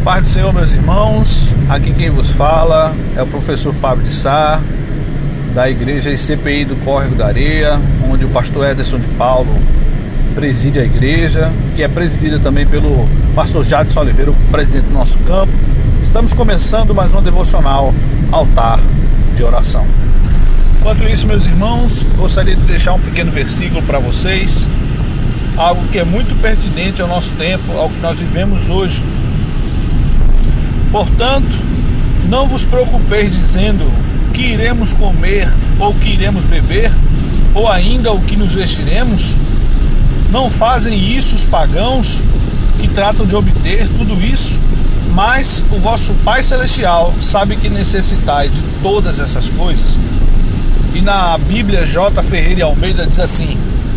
Paz do Senhor, meus irmãos. Aqui quem vos fala é o professor Fábio de Sá, da igreja ICPI do Córrego da Areia, onde o pastor Ederson de Paulo preside a igreja, que é presidida também pelo pastor Jadson Oliveira, o presidente do nosso campo. Estamos começando mais uma devocional Altar de Oração. Enquanto isso, meus irmãos, gostaria de deixar um pequeno versículo para vocês, algo que é muito pertinente ao nosso tempo, ao que nós vivemos hoje. Portanto, não vos preocupeis dizendo que iremos comer ou que iremos beber, ou ainda o que nos vestiremos. Não fazem isso os pagãos, que tratam de obter tudo isso, mas o vosso Pai Celestial sabe que necessitais de todas essas coisas. E na Bíblia J. Ferreira e Almeida diz assim: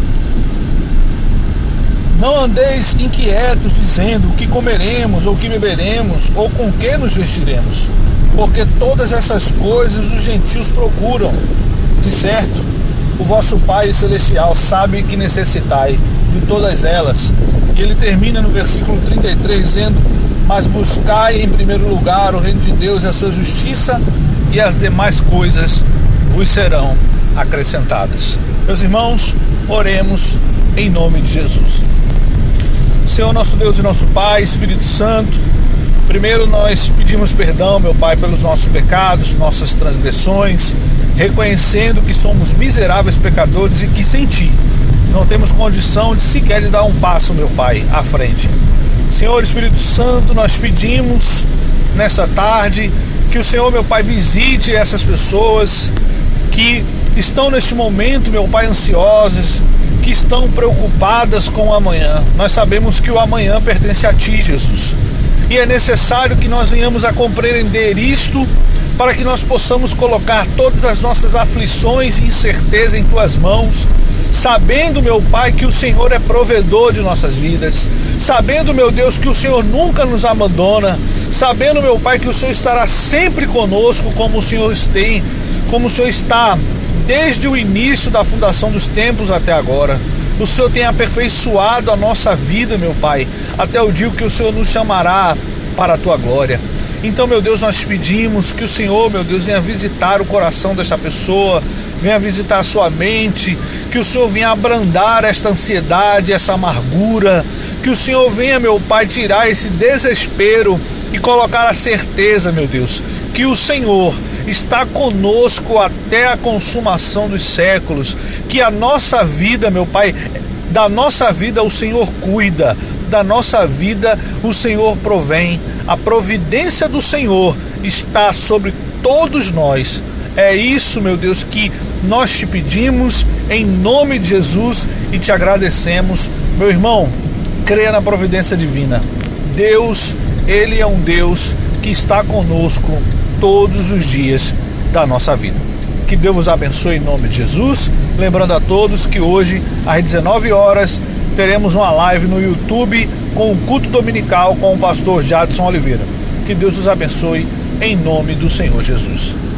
não andeis inquietos dizendo o que comeremos, ou o que beberemos, ou com que nos vestiremos, porque todas essas coisas os gentios procuram. De certo, o vosso Pai Celestial sabe que necessitai de todas elas. E ele termina no versículo 33 dizendo: mas buscai em primeiro lugar o reino de Deus e a sua justiça, e as demais coisas vos serão acrescentadas. Meus irmãos, oremos em nome de Jesus. Senhor, nosso Deus e nosso Pai, Espírito Santo, primeiro nós pedimos perdão, meu Pai, pelos nossos pecados, nossas transgressões, reconhecendo que somos miseráveis pecadores e que sem Ti não temos condição de sequer de dar um passo, meu Pai, à frente. Senhor Espírito Santo, nós pedimos nessa tarde que o Senhor, meu Pai, visite essas pessoas que estão neste momento, meu Pai, ansiosas, que estão preocupadas com o amanhã. Nós sabemos que o amanhã pertence a Ti, Jesus, e é necessário que nós venhamos a compreender isto para que nós possamos colocar todas as nossas aflições e incertezas em Tuas mãos, sabendo, meu Pai, que o Senhor é provedor de nossas vidas, sabendo, meu Deus, que o Senhor nunca nos abandona, sabendo, meu Pai, que o Senhor estará sempre conosco, como o Senhor está desde o início da fundação dos tempos até agora. O Senhor tem aperfeiçoado a nossa vida, meu Pai, até o dia que o Senhor nos chamará para a Tua glória. Então, meu Deus, nós pedimos que o Senhor, meu Deus, venha visitar o coração desta pessoa, venha visitar a sua mente, que o Senhor venha abrandar esta ansiedade, essa amargura, que o Senhor venha, meu Pai, tirar esse desespero e colocar a certeza, meu Deus, que o Senhor está conosco até a consumação dos séculos, que a nossa vida, meu Pai, da nossa vida o Senhor cuida, da nossa vida o Senhor provém, a providência do Senhor está sobre todos nós. É isso, meu Deus, que nós te pedimos em nome de Jesus e te agradecemos. Meu irmão, creia na providência divina. Deus, Ele é um Deus que está conosco todos os dias da nossa vida. Que Deus vos abençoe em nome de Jesus. Lembrando a todos que hoje, às 19 horas, teremos uma live no YouTube com o culto dominical com o pastor Jadson Oliveira. Que Deus os abençoe em nome do Senhor Jesus.